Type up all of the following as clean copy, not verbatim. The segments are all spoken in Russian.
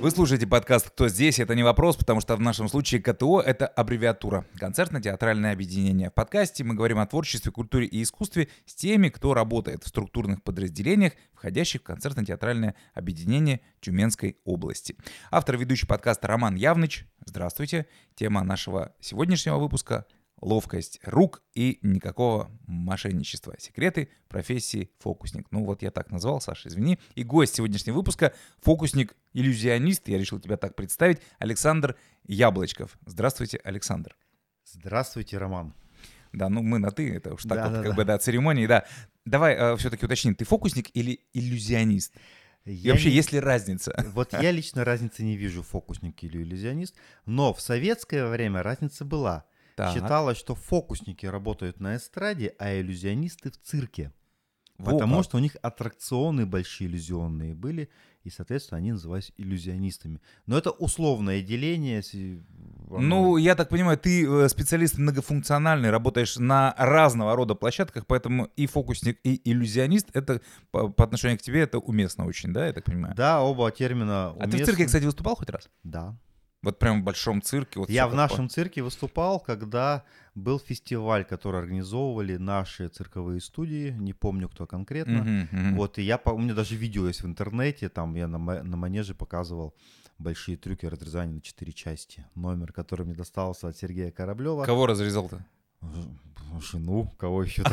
Вы слушаете подкаст «Кто здесь?» Это не вопрос, потому что в нашем случае КТО — это аббревиатура. Концертно-театральное объединение. В подкасте мы говорим о творчестве, культуре и искусстве с теми, кто работает в структурных подразделениях, входящих в концертно-театральное объединение Тюменской области. Автор и ведущий подкаста Роман Явныч. Здравствуйте. Тема нашего сегодняшнего выпуска — ловкость рук и никакого мошенничества. Секреты профессии фокусник. Ну вот я так назвал, Саша, извини. И гость сегодняшнего выпуска — фокусник-иллюзионист, я решил тебя так представить, Александр Яблочков. Здравствуйте, Александр. Здравствуйте, Роман. Да, ну мы на «ты», это уж так да, вот, да, как бы, да, церемонии, да. Давай все-таки уточним, ты фокусник или иллюзионист? И вообще, есть ли разница? Вот я лично разницы не вижу, фокусник или иллюзионист, но в советское время разница была. Так. Считалось, что фокусники работают на эстраде, а иллюзионисты в цирке. Во Потому как. что у них аттракционы большие иллюзионные были, и, соответственно, они назывались иллюзионистами. Но это условное деление. Ну, я так понимаю, ты специалист многофункциональный, работаешь на разного рода площадках, поэтому и фокусник, и иллюзионист, это по отношению к тебе это уместно очень, да, я так понимаю? Да, оба термина уместны. А ты в цирке, кстати, выступал хоть раз? Да. Вот прям в большом цирке? Вот Я всё в нашем цирке выступал, когда был фестиваль, который организовывали наши цирковые студии, не помню кто конкретно. Вот, и у меня даже видео есть в интернете, там я на манеже показывал большие трюки разрезания на 4 части. Номер, который мне достался от Сергея Кораблева. Кого разрезал-то? Жену, кого еще-то.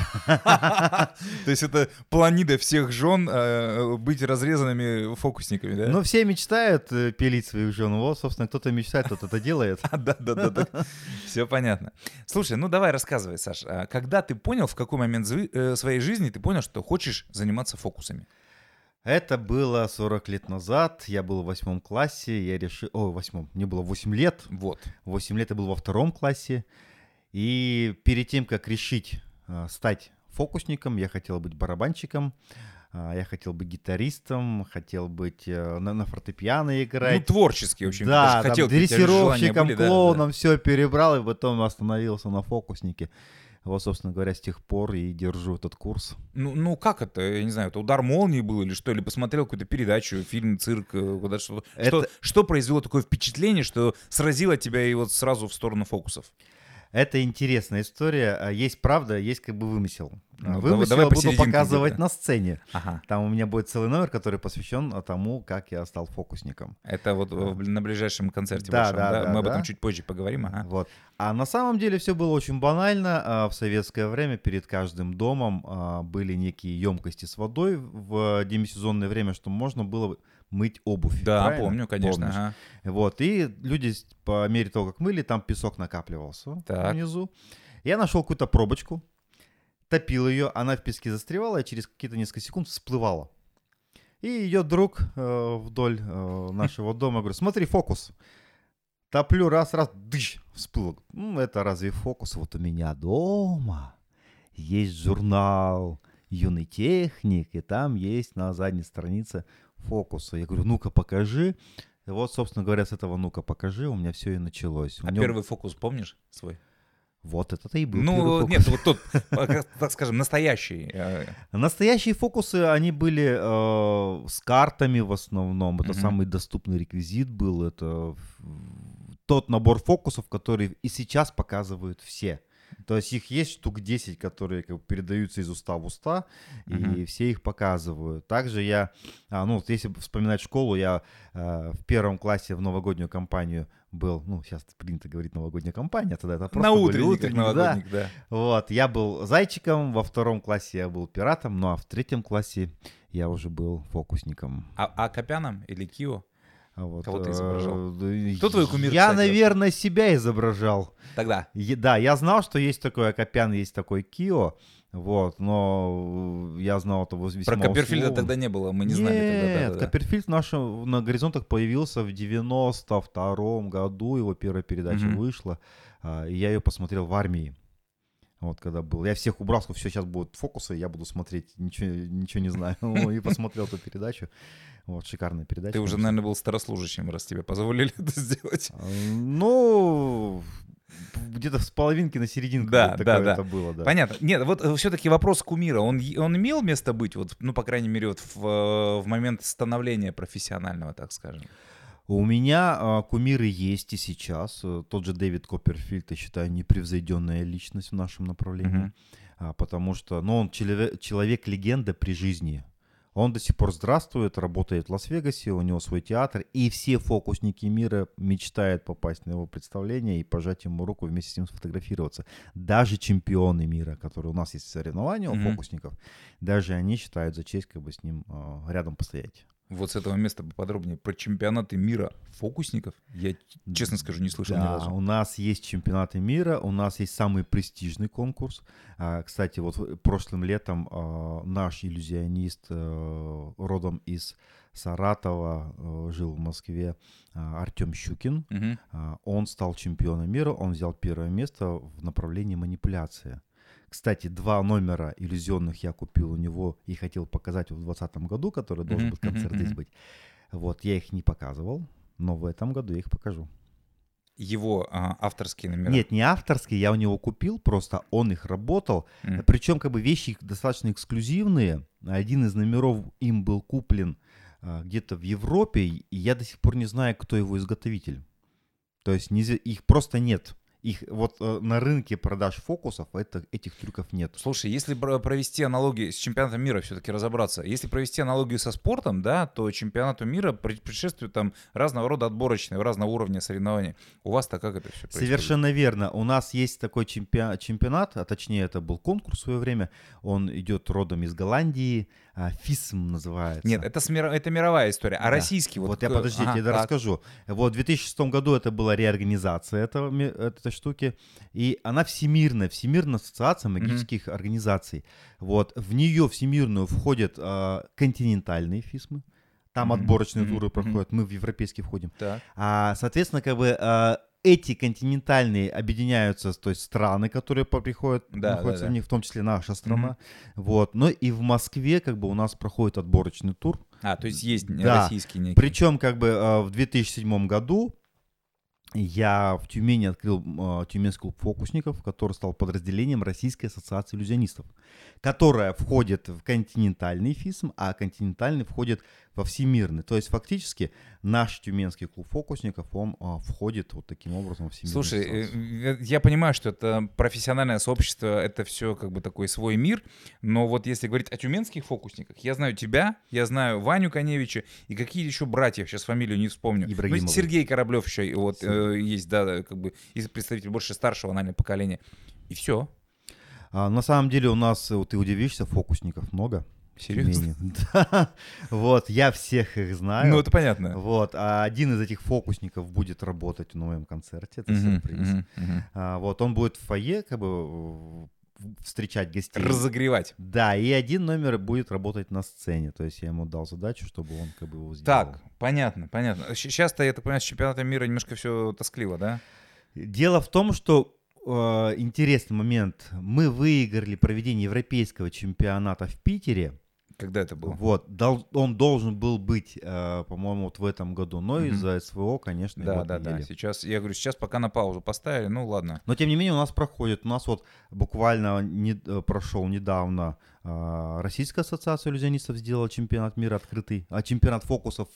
То есть это планида всех жен быть разрезанными фокусниками, да? Ну, все мечтают пилить своих жен. Вот, собственно, кто-то мечтает, кто-то это делает. Да. Все понятно. Слушай, ну давай рассказывай, Саш. Когда ты понял, в какой момент своей жизни ты понял, что хочешь заниматься фокусами? Это было 40 лет назад, я был в 8 классе, я решил... О, 8, мне было 8 лет. Вот. 8 лет я был во 2 классе. И перед тем, как решить стать фокусником, я хотел быть барабанщиком, я хотел быть гитаристом, хотел быть на фортепиано играть. Ну, творческий очень. Да, хотел, там, дрессировщиком, клоуном, все перебрал, и потом остановился на фокуснике. Вот, собственно говоря, с тех пор и держу этот курс. Ну как это? Я не знаю, это удар молнии был или что? Или посмотрел какую-то передачу, фильм, цирк, куда что? Что произвело такое впечатление, что сразило тебя и вот сразу в сторону фокусов? Это интересная история. Есть правда, есть как бы вымысел. Ну, Вымысел давай я буду показывать где-то на сцене. Ага. Там у меня будет целый номер, который посвящен тому, как я стал фокусником. Это вот на ближайшем концерте Да, вашем, да? Мы об этом чуть позже поговорим. Ага. Вот. А на самом деле все было очень банально. В советское время перед каждым домом были некие емкости с водой в демисезонное время, чтобы можно было мыть обувь. Да, правильно? помню, конечно. Ага. Вот. И люди по мере того, как мыли, там песок накапливался внизу. Я нашел какую-то пробочку, топил ее, она в песке застревала и через какие-то несколько секунд всплывала. И ее друг вдоль нашего дома говорит: смотри, фокус. Топлю, раз, дыщ, всплыл. Это разве фокус? Вот у меня дома есть журнал «Юный техник», и там есть на задней странице фокусы. Я говорю: ну-ка покажи. И вот, собственно говоря, с этого «ну-ка покажи» у меня все и началось. Первый фокус помнишь свой? Вот это и был первый фокус. Нет, вот тот, так скажем, настоящий. Настоящие фокусы, они были с картами в основном. Это самый доступный реквизит был. Это тот набор фокусов, который и сейчас показывают все. То есть их есть штук 10, которые как бы передаются из уста в уста, и все их показывают. Также я, если вспоминать школу, я в 1 классе в новогоднюю кампанию был, сейчас принято говорить новогодняя кампания, тогда это просто на утренник новогодник, да. Вот, я был зайчиком, во 2 классе я был пиратом, ну а в 3 классе я уже был фокусником. А Копяном или Кио? Вот, кого ты изображал? Кто твой кумир? Я, кстати, наверное, себя изображал. Тогда? Да, я знал, что есть такой Акопян, есть такой Кио, вот, но я знал это весьма Про Копперфильда условно. тогда не было, мы не знали тогда. Нет, Копперфильд на горизонтах появился в 92-м году, его первая передача вышла, и я ее посмотрел в армии. Вот когда был. Я всех убрал, что все, сейчас будут фокусы, я буду смотреть, ничего не знаю. И посмотрел эту передачу. Вот, шикарная передача. Ты уже, наверное, был старослужащим, раз тебе позволили это сделать. Ну, где-то с половинки на серединку. Да. Это было, да. Понятно. Нет, вот все-таки вопрос кумира, он имел место быть, вот, ну, по крайней мере, вот в момент становления профессионального, так скажем? У меня кумиры есть и сейчас. Тот же Дэвид Копперфильд, я считаю, непревзойденная личность в нашем направлении. Потому что он человек-легенда при жизни. Он до сих пор здравствует, работает в Лас-Вегасе, у него свой театр, и все фокусники мира мечтают попасть на его представление и пожать ему руку, вместе с ним сфотографироваться. Даже чемпионы мира, которые у нас есть соревнования у фокусников, даже они считают за честь как бы с ним рядом постоять. Вот с этого места поподробнее про чемпионаты мира фокусников. Я, честно скажу, не слышал ни разу. У нас есть чемпионаты мира, у нас есть самый престижный конкурс. Кстати, вот прошлым летом наш иллюзионист родом из Саратова, жил в Москве, Артем Щукин. Он стал чемпионом мира, он взял первое место в направлении манипуляции. Кстати, 2 номера иллюзионных я купил у него и хотел показать в 2020 году, который должен быть концерт здесь быть. Вот, я их не показывал, но в этом году я их покажу. Его авторские номера? Нет, не авторские, я у него купил, просто он их работал. Причем как бы вещи достаточно эксклюзивные. Один из номеров им был куплен где-то в Европе, и я до сих пор не знаю, кто его изготовитель. То есть их просто нет. Их вот на рынке продаж фокусов этих трюков нет. Слушай, если провести аналогию с чемпионатом мира, все-таки разобраться, если провести аналогию со спортом, да, то чемпионату мира предшествуют там разного рода отборочные, разного уровня соревнований. У вас-то как это все происходит? Совершенно верно. У нас есть такой чемпионат, а точнее это был конкурс в свое время. Он идет родом из Голландии. ФИСМ называется. Нет, это мировая история. А да. Российский? Вот я, подождите, я расскажу. Вот в 2006 году это была реорганизация этой штуки. И она всемирная ассоциация магических организаций. Вот. В нее всемирную входят континентальные ФИСМы. Там отборочные туры проходят. Мы в европейский входим. Соответственно, как бы эти континентальные объединяются, то есть страны, которые приходят, находятся в них, в том числе наша страна. Вот. Но и в Москве как бы у нас проходит отборочный тур. То есть есть российский некий. Причем как бы в 2007 году я в Тюмени открыл Тюменский клуб фокусников, который стал подразделением Российской ассоциации иллюзионистов, которая входит в континентальный ФИСМ, а континентальный входит во всемирный. То есть фактически наш Тюменский клуб фокусников, он входит вот таким образом во всемирный. Слушай, я понимаю, что это профессиональное сообщество, это все как бы такой свой мир, но вот если говорить о тюменских фокусниках, я знаю тебя, я знаю Ваню Коневича и какие еще братьев, сейчас фамилию не вспомню. Сергей Кораблев еще вот есть, да, как бы представитель больше старшего, наверное, поколения. И все. На самом деле у нас, ты удивишься, фокусников много. Серьезно? Да. Вот, я всех их знаю. Ну, это понятно. Вот, а один из этих фокусников будет работать на моем концерте, это сюрприз. Вот, он будет в фойе, как бы, встречать гостей. Разогревать. Да, и один номер будет работать на сцене, то есть я ему дал задачу, чтобы он как бы его сделал. Так, понятно. Сейчас-то, я так понимаю, с чемпионатом мира немножко все тоскливо, да? Дело в том, что интересный момент. Мы выиграли проведение европейского чемпионата в Питере. Когда это было? Вот, он должен был быть, по-моему, вот в этом году, но из-за СВО, конечно, его отменили. Сейчас, я говорю, сейчас пока на паузу поставили, ну ладно. Но тем не менее у нас проходит, у нас вот буквально прошел недавно Российская ассоциация иллюзионистов сделала чемпионат мира открытый, а чемпионат фокусов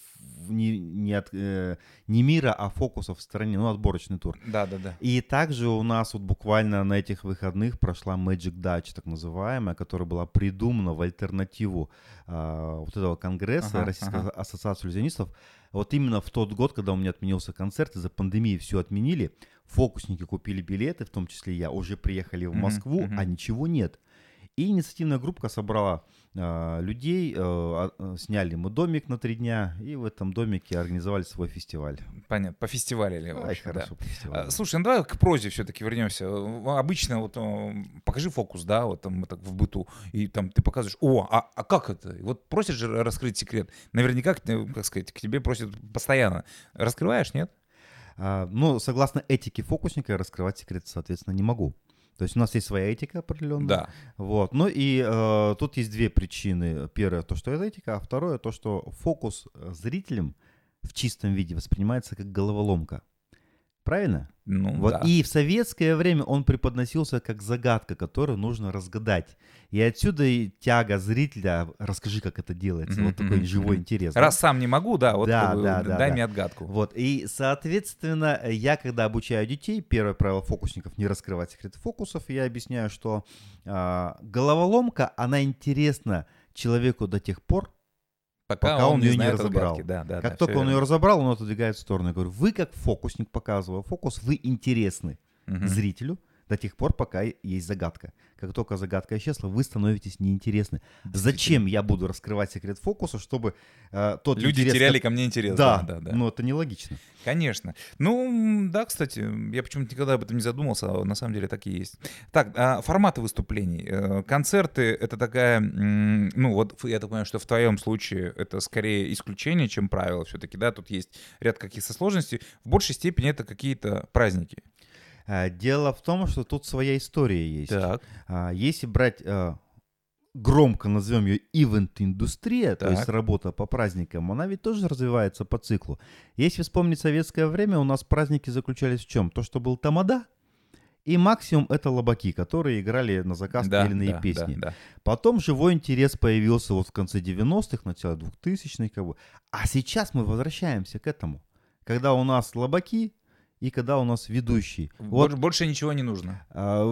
не мира, а фокусов в стране, отборочный тур. Да. И также у нас вот буквально на этих выходных прошла Magic Dutch, так называемая, которая была придумана в альтернативу вот этого конгресса Российской ассоциации иллюзионистов. Вот именно в тот год, когда у меня отменился концерт, из-за пандемии все отменили, фокусники купили билеты, в том числе я, уже приехали в Москву, а ничего нет. И инициативная группа собрала людей, сняли мы домик на 3 дня, и в этом домике организовали свой фестиваль. Понятно, пофестивалили. Хорошо, да. Слушай, ну давай к прозе все-таки вернемся. Обычно вот покажи фокус, да, вот там так в быту, и там ты показываешь, а как это? Вот просят же раскрыть секрет. Наверняка, как сказать, к тебе просят постоянно. Раскрываешь, нет? Согласно этике фокусника, раскрывать секрет, соответственно, не могу. То есть у нас есть своя этика определенная. Да. Вот. Ну и тут есть 2 причины. Первое, то, что это этика, а второе, то, что фокус зрителям в чистом виде воспринимается как головоломка. Правильно? Ну, вот. Да. И в советское время он преподносился как загадка, которую нужно разгадать. И отсюда и тяга зрителя, расскажи, как это делается. Вот такой живой интерес. Раз сам не могу, да, вот дай мне отгадку. Вот. И, соответственно, я, когда обучаю детей, первое правило фокусников — не раскрывать секреты фокусов, я объясняю, что головоломка, она интересна человеку до тех пор, пока он ее не разобрал. Как только он ее разобрал, он отодвигает в сторону. Я говорю, вы как фокусник, показывая фокус, вы интересны зрителю до тех пор, пока есть загадка. Как только загадка исчезла, вы становитесь неинтересны. Зачем я буду раскрывать секрет фокуса, чтобы тот люди интерес... теряли ко мне интерес. Да. Но это нелогично. Конечно. Ну, да, кстати, я почему-то никогда об этом не задумался, а на самом деле так и есть. Так, форматы выступлений. Концерты — это такая, ну, вот я так понимаю, что в твоем случае это скорее исключение, чем правило все-таки, да, тут есть ряд каких-то сложностей. В большей степени это какие-то праздники. Дело в том, что тут своя история есть. Так. Если брать, громко назовем ее ивент-индустрия, то есть работа по праздникам, она ведь тоже развивается по циклу. Если вспомнить советское время, у нас праздники заключались в чем? То, что был тамада, и максимум это лобаки, которые играли на заказ те или иные песни. Потом живой интерес появился вот в конце 90-х, начало 2000-х. Как бы. А сейчас мы возвращаемся к этому. Когда у нас лобаки, и когда у нас ведущий. Вот. Больше ничего не нужно.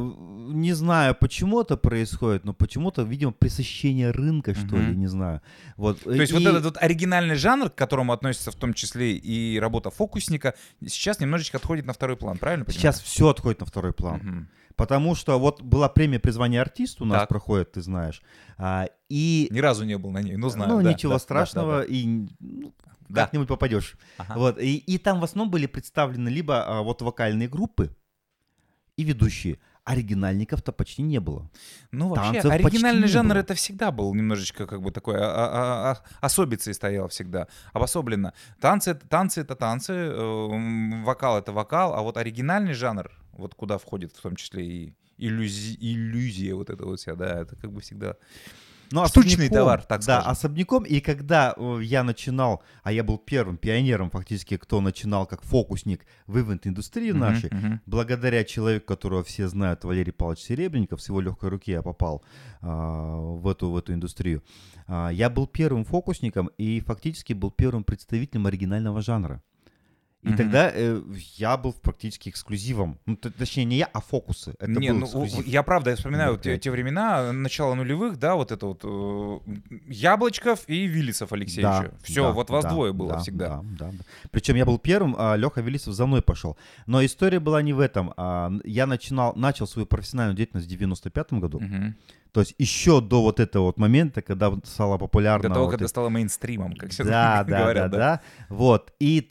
Не знаю, почему это происходит, но почему-то, видимо, пресыщение рынка, что ли, не знаю. Вот. То есть вот этот вот оригинальный жанр, к которому относится в том числе и работа фокусника, сейчас немножечко отходит на второй план, правильно понимаю? Сейчас все отходит на второй план. Потому что вот была премия «Призвание артиста» у нас проходит, ты знаешь. И... Ни разу не был на ней, но знаю. Ну, ничего страшного. И... как-нибудь попадешь. Вот. И там в основном были представлены либо вот вокальные группы и ведущие. Оригинальников-то почти не было. Ну, вообще, оригинальный жанр это всегда был немножечко как бы такой особицей стоял всегда, обособленно. Танцы это танцы, вокал это вокал, а вот оригинальный жанр, вот куда входит в том числе и иллюзия вот эта вот вся, да, это как бы всегда... Ну, штучный товар, так скажем. Да, особняком. И когда я начинал, а я был первым пионером фактически, кто начинал как фокусник в ивент-индустрии нашей, благодаря человеку, которого все знают, Валерий Павлович Серебренников, с его легкой руки я попал в эту индустрию. Я был первым фокусником и фактически был первым представителем оригинального жанра. И тогда я был практически эксклюзивом. Ну, точнее, не я, а фокусы. Это был эксклюзив. Я правда, я вспоминаю вот те времена, начало нулевых, да, вот это вот Яблочков и Виллисов Алексеевича. Все, вот вас двое было всегда. Да. Причем я был первым, а Леха Виллисов за мной пошел. Но история была не в этом. Я начал свою профессиональную деятельность в 95-м году. То есть еще до вот этого вот момента, когда стало популярно... До того, когда стало мейнстримом, как сейчас говорят. Да. Вот. И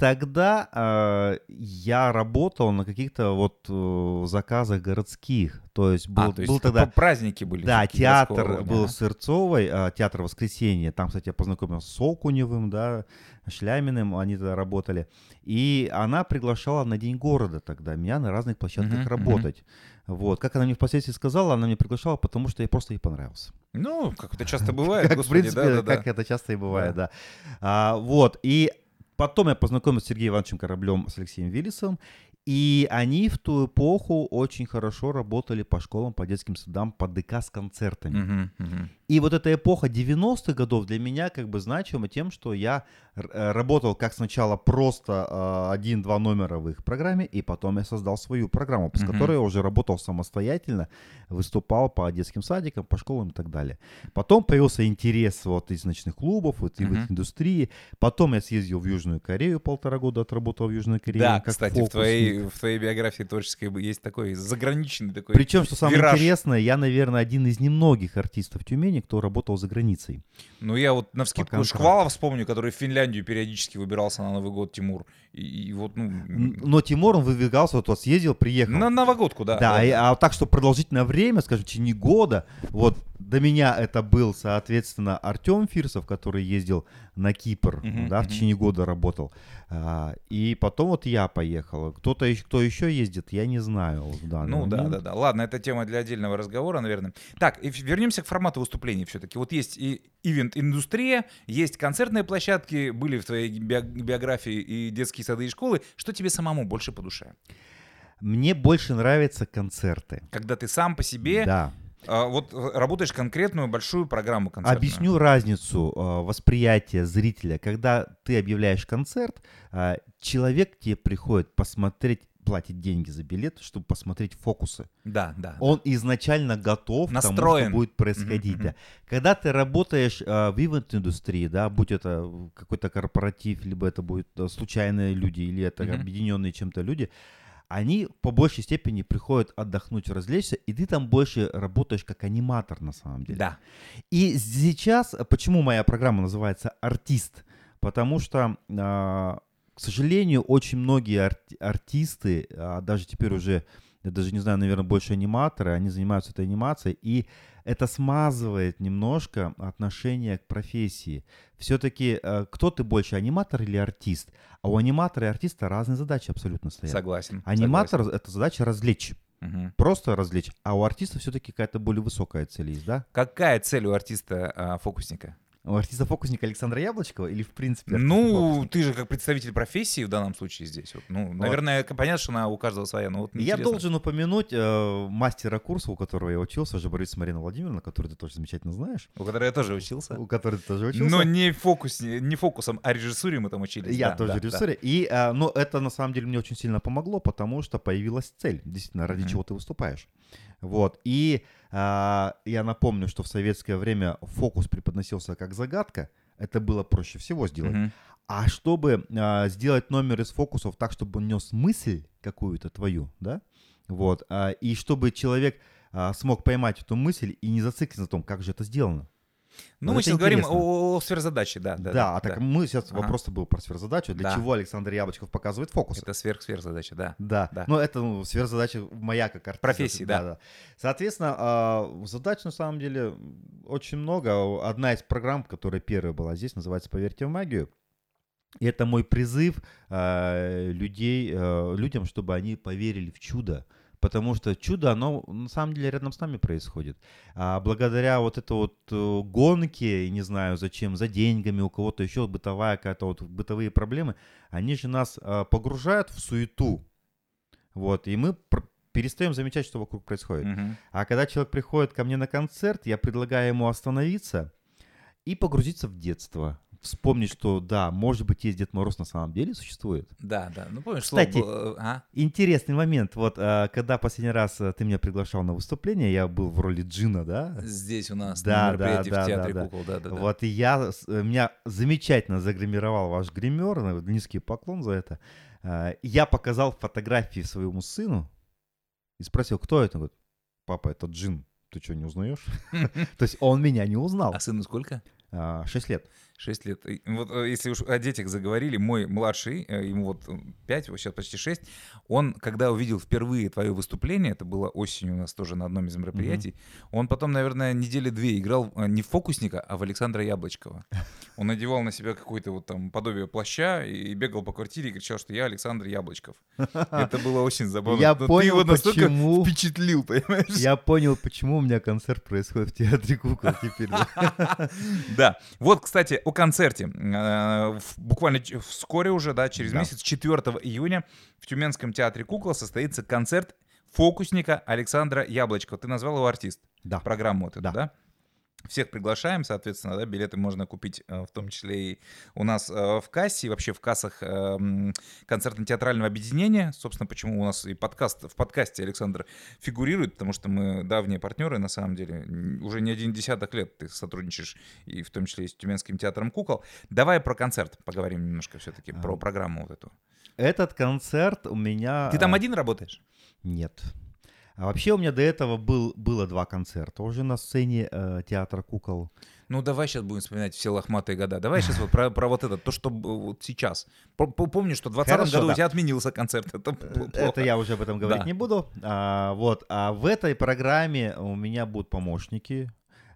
тогда я работал на каких-то вот заказах городских. То есть был тогда... праздники были. Да, театр был Сырцовой, театр «Воскресенье». Там, кстати, я познакомился с Окуневым, да, Шляминым, они тогда работали. И она приглашала на День города тогда меня на разных площадках работать. Вот. Как она мне впоследствии сказала, она меня приглашала, потому что я просто ей понравился. Ну, как это часто бывает, в принципе, как это часто и бывает, да. Вот. И потом я познакомился с Сергеем Ивановичем Кораблем, с Алексеем Виллисовым. И они в ту эпоху очень хорошо работали по школам, по детским садам, по ДК с концертами. И вот эта эпоха 90-х годов для меня как бы значима тем, что я работал как сначала просто 1-2 номера в их программе, и потом я создал свою программу, с которой я уже работал самостоятельно, выступал по детским садикам, по школам и так далее. Потом появился интерес вот из ночных клубов, вот в их индустрии. Потом я съездил в Южную Корею, 1,5 года отработал в Южной Корее. Да, как кстати, в твоей биографии творческой есть такой заграничный такой Причем, что самое вираж. интересное, я, наверное, один из немногих артистов Тюмени, кто работал за границей. Ну, я вот навскидку Шквалова вспомню, который в Финляндию периодически выбирался на Новый год, Тимур. И вот, Но Тимур, он выдвигался, вот съездил, приехал. На новогодку, да. Да, а так, что продолжительное время, скажем, в течение года, вот до меня это был, соответственно, Артем Фирсов, который ездил на Кипр, да, в течение года работал. И потом вот я поехал. Кто-то кто еще ездит, я не знаю. Да. Ладно, это тема для отдельного разговора, наверное. Так, и вернемся к формату выступлений все-таки. Вот есть и ивент-индустрия, есть концертные площадки, были в твоей биографии и детские сады, и школы. Что тебе самому больше по душе? Мне больше нравятся концерты. Когда ты сам по себе... Да. Вот работаешь конкретную большую программу концертную. Объясню разницу восприятия зрителя. Когда ты объявляешь концерт, человек к тебе приходит посмотреть, платит деньги за билет, чтобы посмотреть фокусы. Да. Он изначально готов настроен к тому, что будет происходить. Да. Когда ты работаешь в ивент-индустрии, да, будь это какой-то корпоратив, либо это будут случайные люди, или это объединенные чем-то люди, они по большей степени приходят отдохнуть, развлечься, и ты там больше работаешь как аниматор на самом деле. Да. И сейчас, почему моя программа называется «Артист»? Потому что, к сожалению, очень многие артисты, даже теперь уже, я даже не знаю, наверное, больше аниматоры, они занимаются этой анимацией, и это смазывает немножко отношение к профессии. Все-таки кто ты больше, аниматор или артист? А у аниматора и артиста разные задачи абсолютно стоят. Согласен. Аниматор — это задача развлечь. Просто развлечь. А у артиста все-таки какая-то более высокая цель есть, да? Какая цель у артиста-фокусника? У артиста-фокусника Александра Яблочкова или в принципе? Ты же как представитель профессии в данном случае здесь. Наверное, понятно, что она у каждого своя, но я должен упомянуть мастера курса, у которого я учился, Жаборица Марина Владимировна, которую ты тоже замечательно знаешь. У которой я тоже учился. У которой ты тоже учился. Но не фокусом, а режиссуре мы там учились. Я тоже режиссуре. Да. Но это на самом деле мне очень сильно помогло, потому что появилась цель, действительно, ради чего ты выступаешь. Вот. И я напомню, что в советское время фокус преподносился как загадка. Это было проще всего сделать. А чтобы сделать номер из фокусов так, чтобы он нес мысль какую-то твою, да, вот, и чтобы человек смог поймать эту мысль и не зациклиться на том, как же это сделано. Ну, мы сейчас говорим о сверхзадаче, да. Да, так мы сейчас вопрос был про сверхзадачу. Для чего Александр Яблочков показывает фокусы? Это сверхзадача, да. Да. Ну, это сверхзадача моя как артиста. Профессии, да. Соответственно, задач на самом деле очень много. Одна из программ, которая первая была здесь, называется «Поверьте в магию». И это мой призыв людям, чтобы они поверили в чудо. Потому что чудо, оно на самом деле рядом с нами происходит. А благодаря вот этой вот гонке, не знаю зачем, за деньгами, у кого-то еще бытовая какая-то вот бытовые проблемы, они же нас погружают в суету. Вот, и мы перестаем замечать, что вокруг происходит. А когда человек приходит ко мне на концерт, я предлагаю ему остановиться и погрузиться в детство. Вспомнить, что да, может быть, есть Дед Мороз на самом деле существует. Да. Ну, помнишь, кстати, интересный момент. Вот когда последний раз ты меня приглашал на выступление, я был в роли Джина, да? Здесь у нас на мероприятии в Театре Кукол. Да. Вот и меня замечательно загримировал ваш гример, низкий поклон за это. Я показал фотографии своему сыну и спросил, кто это? Он говорит, папа, это Джин. Ты что, не узнаешь? То есть он меня не узнал. А сыну сколько? 6 лет. 6 лет. Вот если уж о детях заговорили, мой младший, ему вот 5, сейчас почти 6, он, когда увидел впервые твое выступление, это было осенью у нас тоже на одном из мероприятий, он потом, наверное, недели 2 играл не в фокусника, а в Александра Яблочкова. Он надевал на себя какое-то вот там подобие плаща и бегал по квартире и кричал, что я Александр Яблочков. Это было очень забавно. Я понял, ты его настолько почему... впечатлил, понимаешь? Я понял, почему у меня концерт происходит в Театре Кукол теперь. Да. Вот, кстати, о концерте. Буквально вскоре уже, да, через месяц, 4 июня в Тюменском Театре Кукол состоится концерт фокусника Александра Яблочкова. Ты назвал его артист? Да. Программу вот эту, да? Всех приглашаем, соответственно, да, билеты можно купить в том числе и у нас в кассе, и вообще в кассах концертно-театрального объединения. Собственно, почему у нас и в подкасте Александр фигурирует, потому что мы давние партнеры, на самом деле. Уже не один десяток лет ты сотрудничаешь, и в том числе и с Тюменским театром Кукол. Давай про концерт поговорим немножко все-таки, про программу вот эту. Этот концерт у меня... Ты там один работаешь? Нет. А вообще у меня до этого было 2 концерта уже на сцене Театра Кукол. Ну, давай сейчас будем вспоминать все лохматые года. Давай сейчас вот про вот это, то, что вот сейчас. Помню, что в 2020 году у тебя отменился концерт. Это я уже об этом говорить не буду. А в этой программе у меня будут помощники.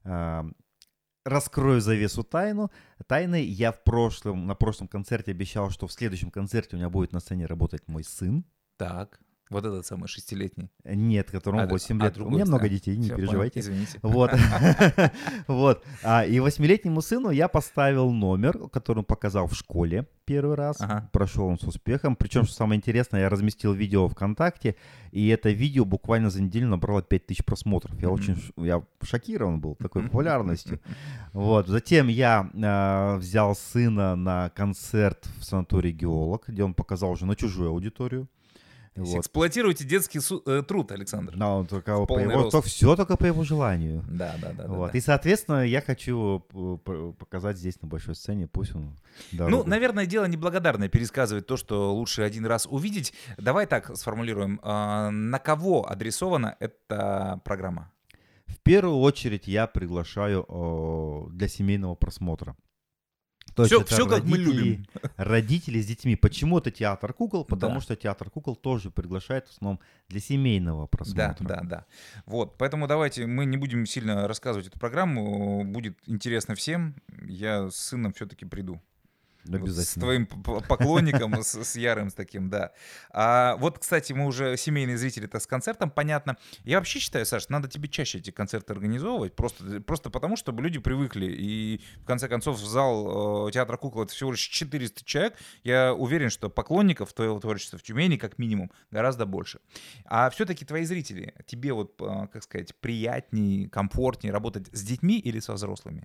Раскрою завесу тайны. Я на прошлом концерте обещал, что в следующем концерте у меня будет на сцене работать мой сын. Так. Вот этот самый 6-летний. Нет, которому 8 лет. У меня много детей, не переживайте. Извините. Вот. Вот. И 8-летнему сыну я поставил номер, который он показал в школе первый раз. Прошел он с успехом. Причем, что самое интересное, я разместил видео ВКонтакте, и это видео буквально за неделю набрало 5000 просмотров. Я шокирован был такой популярностью. Вот. Затем я взял сына на концерт в санатории «Геолог», где он показал уже на чужую аудиторию. Вот. Эксплуатируйте детский труд, Александр. Да, все только по его желанию. Да. И, соответственно, я хочу показать здесь на большой сцене, пусть он... Ну, наверное, дело неблагодарное пересказывать то, что лучше один раз увидеть. Давай так сформулируем. На кого адресована эта программа? В первую очередь я приглашаю для семейного просмотра. То есть все как мы любим. Родители с детьми. Почему это театр кукол? Потому что театр кукол тоже приглашает в основном для семейного просмотра. Да. Вот, поэтому давайте мы не будем сильно рассказывать эту программу. Будет интересно всем. Я с сыном все-таки приду. Обязательно. С твоим поклонником, с ярым с таким, да. Вот, кстати, мы уже семейные зрители-то с концертом, понятно. Я вообще считаю, Саш, надо тебе чаще эти концерты организовывать, просто потому, чтобы люди привыкли. И, в конце концов, в зал театра кукол — это всего лишь 400 человек. Я уверен, что поклонников твоего творчества в Тюмени, как минимум, гораздо больше. А все-таки твои зрители, тебе вот, как сказать, приятнее, комфортнее работать с детьми или со взрослыми?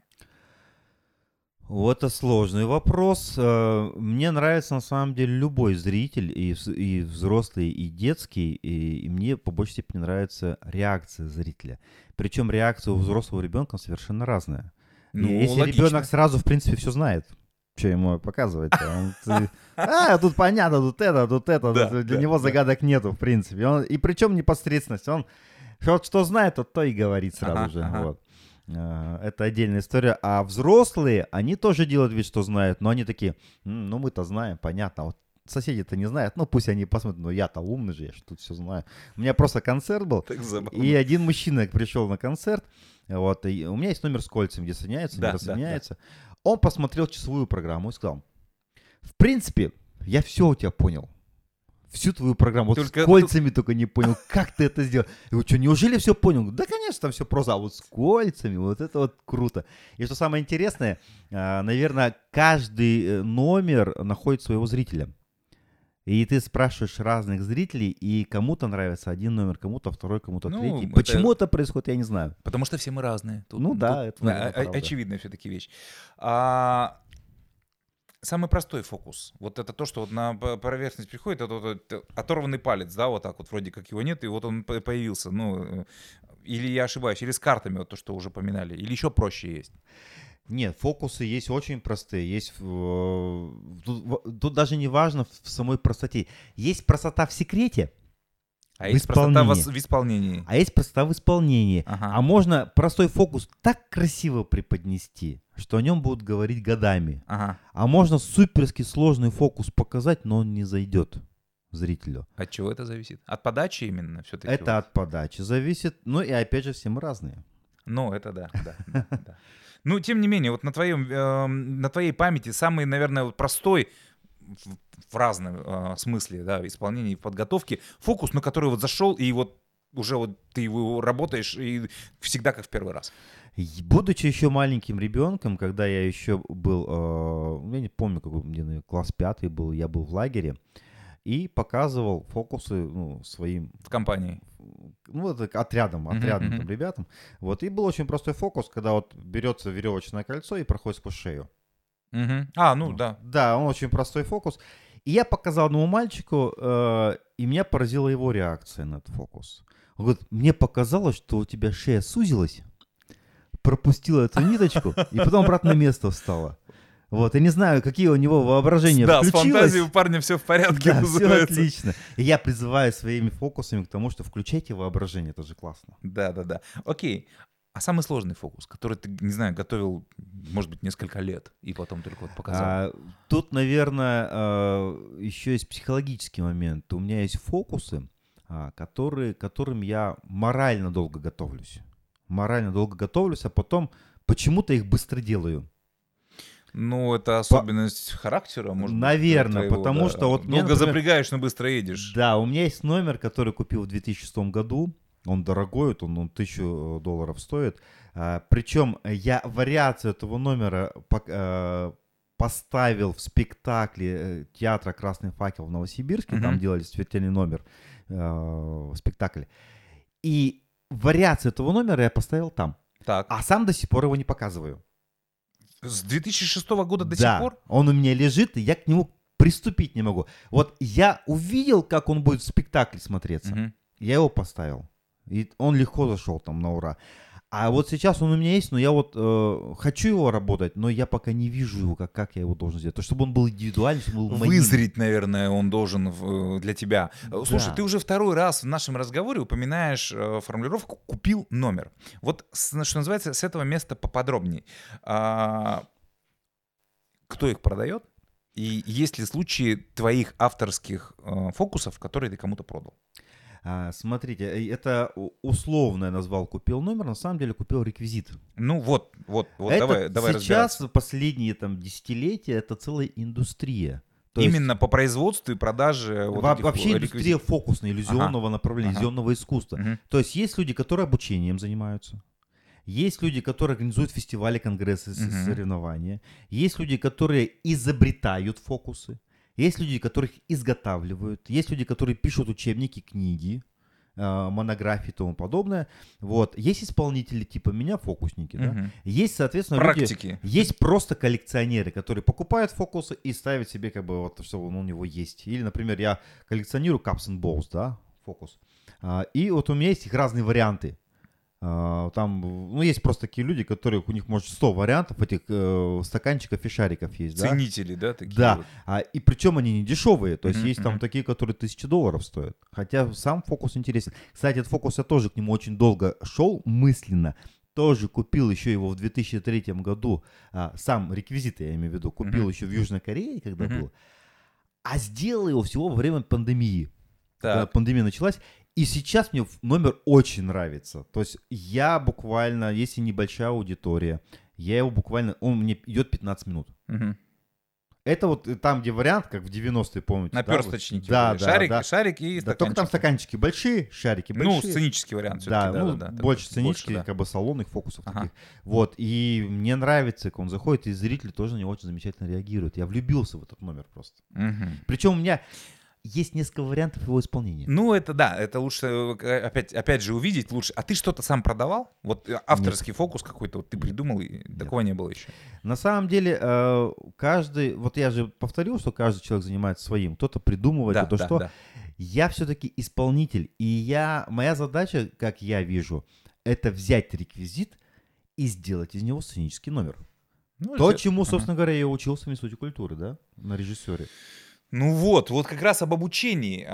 Вот это сложный вопрос. Мне нравится на самом деле любой зритель, и взрослый, и детский, и мне по большей степени нравится реакция зрителя. Причем реакция у взрослого ребенка совершенно разная. Если ребенок сразу, в принципе, все знает, что ему показывать, тут понятно, тут это, для него загадок нету, в принципе. И причем непосредственность. Он что знает, то и говорит сразу же. Вот. Это отдельная история. А взрослые, они тоже делают вид, что знают, но они такие, ну мы-то знаем, понятно. Вот соседи-то не знают, ну пусть они посмотрят, но я-то умный же, я же тут все знаю. У меня просто концерт был, и один мужчина пришел на концерт, вот, и у меня есть номер с кольцами, где соединяются, не рассоединяются. Он посмотрел часовую программу и сказал, в принципе, я все у тебя понял. Всю твою программу, вот с кольцами только не понял, как ты это сделал. Я говорю, что, неужели все понял? Да, конечно, там все просто, а вот с кольцами, вот это вот круто. И что самое интересное, наверное, каждый номер находит своего зрителя. И ты спрашиваешь разных зрителей, и кому-то нравится один номер, кому-то второй, кому-то третий. Почему это происходит, я не знаю. Потому что все мы разные. Это очевидная все-таки вещь. Самый простой фокус. Вот это то, что вот на поверхность приходит, это вот оторванный палец, да, вот так вот вроде как его нет, и вот он появился. Ну, или я ошибаюсь, или с картами, вот то, что уже поминали, или еще проще есть. Нет, фокусы есть очень простые. Есть тут даже не важно в самой простоте. Есть простота в секрете. А есть простота в исполнении. А есть простота в исполнении. А можно простой фокус так красиво преподнести, что о нем будут говорить годами. А можно суперски сложный фокус показать, но он не зайдет зрителю. От чего это зависит? От подачи именно все-таки? Это от подачи зависит. Ну и опять же все мы разные. Ну это да. Ну тем не менее, вот на твоей памяти самый, наверное, простой в разном смысле, да, исполнении и подготовки фокус, на который вот зашел, и вот уже вот ты его работаешь, и всегда как в первый раз. Будучи еще маленьким ребенком, когда я еще был, я не помню, какой мне класс 5 был, я был в лагере, и показывал фокусы своим... В компании? Ну, это отрядом там, ребятам. Вот, и был очень простой фокус, когда вот берется веревочное кольцо и проходит сквозь шею. Да. Да, он очень простой фокус. И я показал одному мальчику, и меня поразила его реакция на этот фокус. Он говорит, мне показалось, что у тебя шея сузилась, пропустила эту ниточку, и потом обратно на место встала. Вот, я не знаю, какие у него воображения включилось. Да, с фантазией у парня все в порядке. Да, все отлично. И я призываю своими фокусами к тому, что включайте воображение, это же классно. Да. Окей. А самый сложный фокус, который ты, не знаю, готовил, может быть, несколько лет, и потом только вот показал? Тут, наверное, еще есть психологический момент. У меня есть фокусы, которым я морально долго готовлюсь. А потом почему-то их быстро делаю. Ну, это особенность характера, может быть. Наверное, потому что вот... Долго запрягаешь, но быстро едешь. Да, у меня есть номер, который купил в 2006 году. Он дорогой, он $1000 стоит. Причем я вариацию этого номера поставил в спектакле театра «Красный факел» в Новосибирске. Там делали смертельный номер, спектакль. И вариацию этого номера я поставил там. Так. А сам до сих пор его не показываю. С 2006 года до сих пор? Он у меня лежит, и я к нему приступить не могу. Вот я увидел, как он будет в спектакле смотреться. Я его поставил. И он легко зашел там на ура. А вот сейчас он у меня есть, но я вот хочу его работать, но я пока не вижу его, как я его должен сделать. То, чтобы он был индивидуальный, чтобы он был моим. Вызреть, наверное, он должен для тебя. Слушай, ты уже второй раз в нашем разговоре упоминаешь формулировку «купил номер». Вот, что называется, с этого места поподробней. Кто их продает? И есть ли случаи твоих авторских фокусов, которые ты кому-то продал? Смотрите, это условно я назвал «купил номер», на самом деле купил реквизит. Ну вот, давай сейчас, в последние десятилетия, это целая индустрия. Именно по производству и продаже вообще индустрия фокусного, иллюзионного направления, иллюзионного искусства. То есть есть люди, которые обучением занимаются. Есть люди, которые организуют фестивали, конгрессы, соревнования. Есть люди, которые изобретают фокусы. Есть люди, которых изготавливают. Есть люди, которые пишут учебники, книги, монографии и тому подобное. Вот. Есть исполнители типа меня, фокусники. Да? Есть, соответственно, практики. Люди, есть просто коллекционеры, которые покупают фокусы и ставят себе, как бы, вот, что у него есть. Или, например, я коллекционирую cups and balls, да, фокус. И вот у меня есть их разные варианты. Там, есть просто такие люди, у них, может, 100 вариантов этих стаканчиков и шариков есть. Ценители, да? Такие да, вот. И причем они не дешевые, то есть есть там такие, которые $1000 стоят. Хотя сам фокус интересен. Кстати, этот фокус я тоже к нему очень долго шел мысленно. Тоже купил еще его в 2003 году, сам реквизит, я имею в виду, купил еще в Южной Корее, когда был. А сделал его всего во время пандемии. Когда пандемия началась. И сейчас мне номер очень нравится. То есть я буквально, если небольшая аудитория, он мне идет 15 минут. Это вот там, где вариант, как в 90-е, помните? Наперсточники. Да, шарики и стаканчики. Только там стаканчики большие, шарики большие. Сценический вариант все-таки. Больше сценических, как бы салонных фокусов таких. Вот, и мне нравится, как он заходит, и зрители тоже на него очень замечательно реагируют. Я влюбился в этот номер просто. Причем у меня... Есть несколько вариантов его исполнения. Ну, это лучше, опять же, увидеть лучше. А ты что-то сам продавал? Вот авторский фокус какой-то ты придумал, и такого не было еще. На самом деле, каждый, вот я же повторил, что каждый человек занимается своим. Кто-то придумывает, кто-то что. Да. Я все-таки исполнитель, и моя задача, как я вижу, это взять реквизит и сделать из него сценический номер. Чему, собственно говоря, я учился в Институте культуры, да, на режиссере. Ну вот как раз об обучении.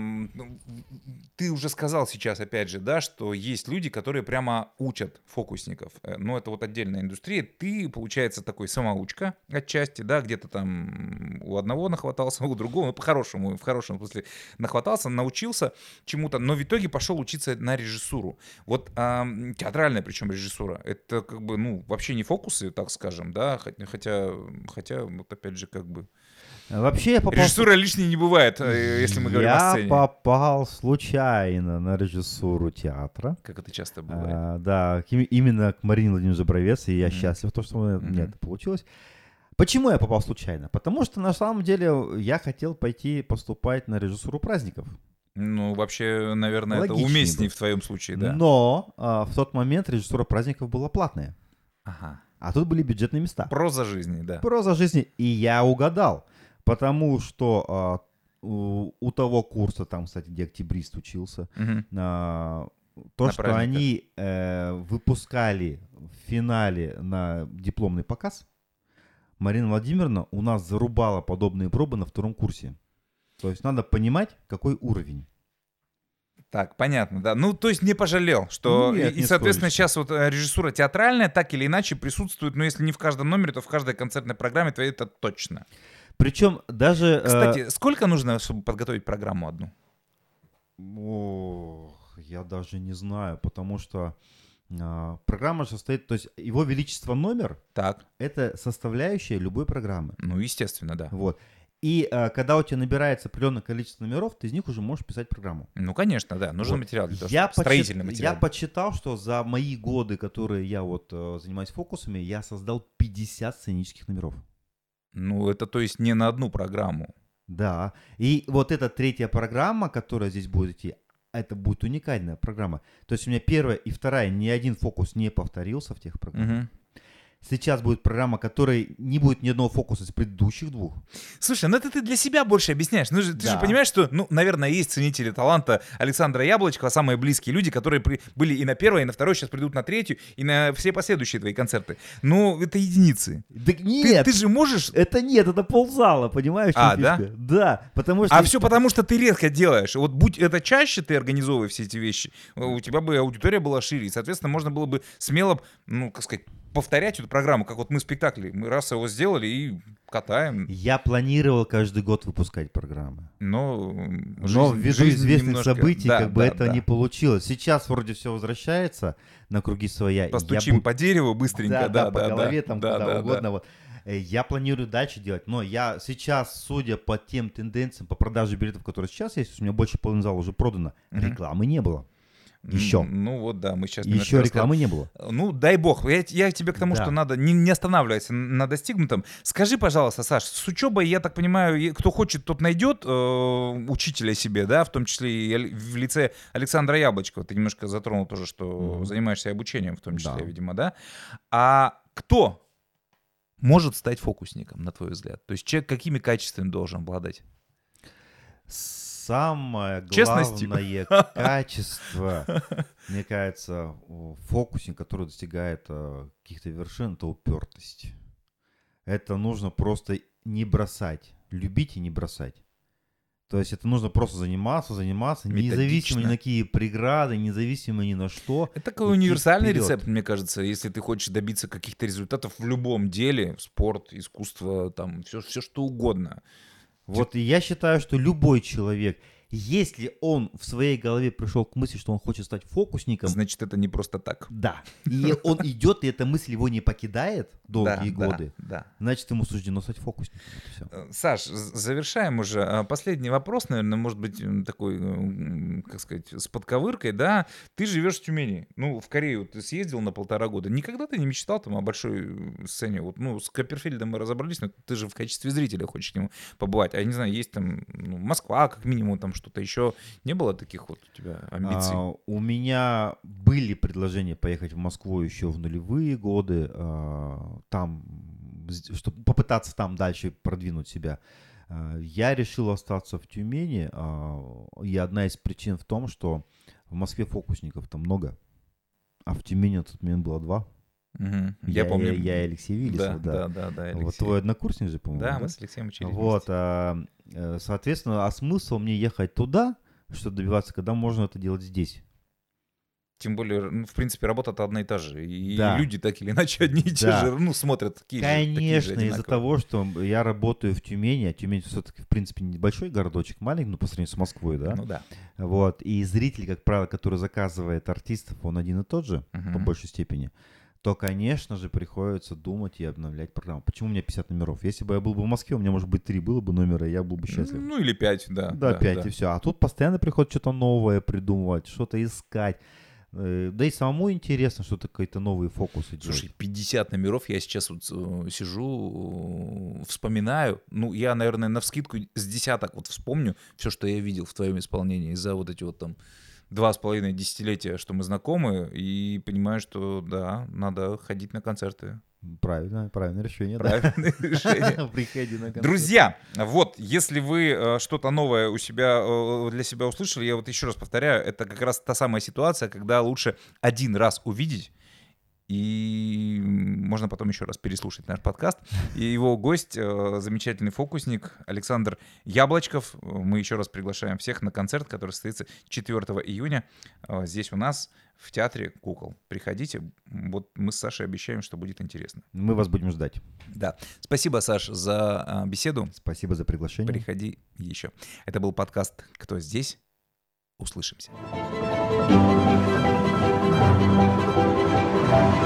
Ты уже сказал сейчас, опять же, да, что есть люди, которые прямо учат фокусников. Но это вот отдельная индустрия. Ты, получается, такой самоучка отчасти, да, где-то там у одного нахватался, у другого, в хорошем смысле нахватался, научился чему-то, но в итоге пошел учиться на режиссуру. Вот театральная причем режиссура, это как бы, вообще не фокусы, так скажем, да, хотя вот опять же как бы... Вообще я попал... Режиссура лишней не бывает, если мы говорим о сцене. Я попал случайно на режиссуру театра. Как это часто бывает. Да, именно к Марине Владимировне Забровец, и я счастлив, что у меня это получилось. Почему я попал случайно? Потому что на самом деле я хотел пойти поступать на режиссуру праздников. Ну, вообще, наверное, логичнее это уместнее в твоем случае, да. Но в тот момент режиссура праздников была платная. Ага. А тут были бюджетные места. Проза жизни, да. Проза жизни. И я угадал. Потому что у того курса, там, кстати, где октябрист учился, что они выпускали в финале на дипломный показ, Марина Владимировна у нас зарубала подобные пробы на втором курсе. То есть надо понимать, какой уровень. Так, понятно, да. Ну, то есть не пожалел, что... Нет, и соответственно, сейчас вот режиссура театральная так или иначе присутствует, но если не в каждом номере, то в каждой концертной программе, то это точно. Причем даже... Кстати, сколько нужно, чтобы подготовить программу одну? Я даже не знаю, потому что Программа состоит, то есть его величество номер, так. Это составляющая любой программы. Ну, естественно, да. Вот. И когда у тебя набирается определенное количество номеров, ты из них уже можешь писать программу. Ну, конечно, да. Нужен материал для того, строительный материал. Я подсчитал, что за мои годы, которые я занимаюсь фокусами, я создал 50 сценических номеров. Ну, это то есть не на одну программу. Да. И вот эта третья программа, которая здесь будет идти, это будет уникальная программа. То есть у меня первая и вторая, ни один фокус не повторился в тех программах. Сейчас будет программа, которой не будет ни одного фокуса из предыдущих двух. Слушай, ну это ты для себя больше объясняешь. Ты же понимаешь, что, наверное, есть ценители таланта Александра Яблочкова, самые близкие люди, которые были и на первой, и на второй, сейчас придут на третью, и на все последующие твои концерты. Ну, это единицы. Да нет. Ты же можешь... Это ползала, понимаешь? Да? Да, потому что... А все потому, что ты редко делаешь. Вот будь это чаще ты организовывай все эти вещи, у тебя бы аудитория была шире, и, соответственно, можно было бы смело, повторять эту программу, как вот мы спектакли. Мы раз его сделали и катаем. Я планировал каждый год выпускать программы. Но ввиду известных событий это не получилось. Сейчас вроде все возвращается на круги своя. Постучим по дереву быстренько. По голове, куда угодно. Вот. Я планирую дальше делать, но я сейчас, судя по тем тенденциям по продаже билетов, которые сейчас есть, у меня больше половины зала уже продано, рекламы не было. Еще. Мы сейчас... Еще рекламы не было. Дай бог. Я тебе к тому, что надо не останавливаться на достигнутом. Скажи, пожалуйста, Саш, с учебой, я так понимаю, кто хочет, тот найдет учителя себе, да, в том числе и в лице Александра Яблочкова. Ты немножко затронул тоже, что занимаешься обучением, в том числе, видимо, да? А кто может стать фокусником, на твой взгляд? То есть человек какими качествами должен обладать? Самое главное качество, мне кажется, фокусник, который достигает каких-то вершин, это упертость. Это нужно просто не бросать, любить и не бросать. То есть это нужно просто заниматься, независимо ни на какие преграды, независимо ни на что. Это такой универсальный рецепт, мне кажется, если ты хочешь добиться каких-то результатов в любом деле, спорт, искусство, там все что угодно. Вот и я считаю, что любой человек, если он в своей голове пришел к мысли, что он хочет стать фокусником... Значит, это не просто так. Да. И он идет, и эта мысль его не покидает долгие годы. Да. Значит, ему суждено стать фокусником. Саш, завершаем уже. Последний вопрос, наверное, может быть такой, как сказать, с подковыркой, да? Ты живешь в Тюмени. В Корею ты съездил на 1,5 года. Никогда ты не мечтал там о большой сцене? Вот, с Копперфильдом мы разобрались, но ты же в качестве зрителя хочешь к нему побывать. А я не знаю, есть там Москва, как минимум, там что-то еще. Не было таких вот у тебя амбиций? У меня были предложения поехать в Москву еще в нулевые годы, там, чтобы попытаться там дальше продвинуть себя. Я решил остаться в Тюмени, и одна из причин в том, что в Москве фокусников там много, а в Тюмени на тот момент было 2. Я помню. Я и Алексей Виллисов, да. Алексей. Вот твой однокурсник же, по-моему. Да, мы с Алексеем учились. Вот, соответственно, а смысл мне ехать туда, чтобы добиваться, когда можно это делать здесь? Тем более, в принципе, работа-то одна и та же. И люди так или иначе одни и те же, смотрят такие же. Конечно, из-за того, что я работаю в Тюмени, а Тюмень все-таки, в принципе, небольшой городочек, маленький, по сравнению с Москвой, да? Ну да. Вот, и зритель, как правило, который заказывает артистов, он один и тот же, по большей степени, то, конечно же, приходится думать и обновлять программу. Почему у меня 50 номеров? Если бы я был бы в Москве, у меня, может быть, 3 было бы номера, и я был бы счастлив. Или 5, да. Да, 5 и все. А тут постоянно приходит что-то новое придумывать, что-то искать. Да и самому интересно, что-то какие-то новые фокусы делать. Слушай, 50 номеров, я сейчас вот сижу, вспоминаю. Я, наверное, навскидку с десяток вот вспомню все, что я видел в твоем исполнении за вот эти вот там 2,5 десятилетия, что мы знакомы, и понимаю, что да, надо ходить на концерты. Правильное решение. Правильное решение. Приходи на концерт. Друзья, вот, если вы что-то новое для себя услышали, я вот еще раз повторяю, это как раз та самая ситуация, когда лучше один раз увидеть, и можно потом еще раз переслушать наш подкаст. И его гость, замечательный фокусник Александр Яблочков. Мы еще раз приглашаем всех на концерт, который состоится 4 июня здесь у нас в Театре кукол. Приходите. Вот мы с Сашей обещаем, что будет интересно. Мы вас будем ждать. Да. Спасибо, Саш, за беседу. Спасибо за приглашение. Приходи еще. Это был подкаст «Кто здесь?». Услышимся. Пока.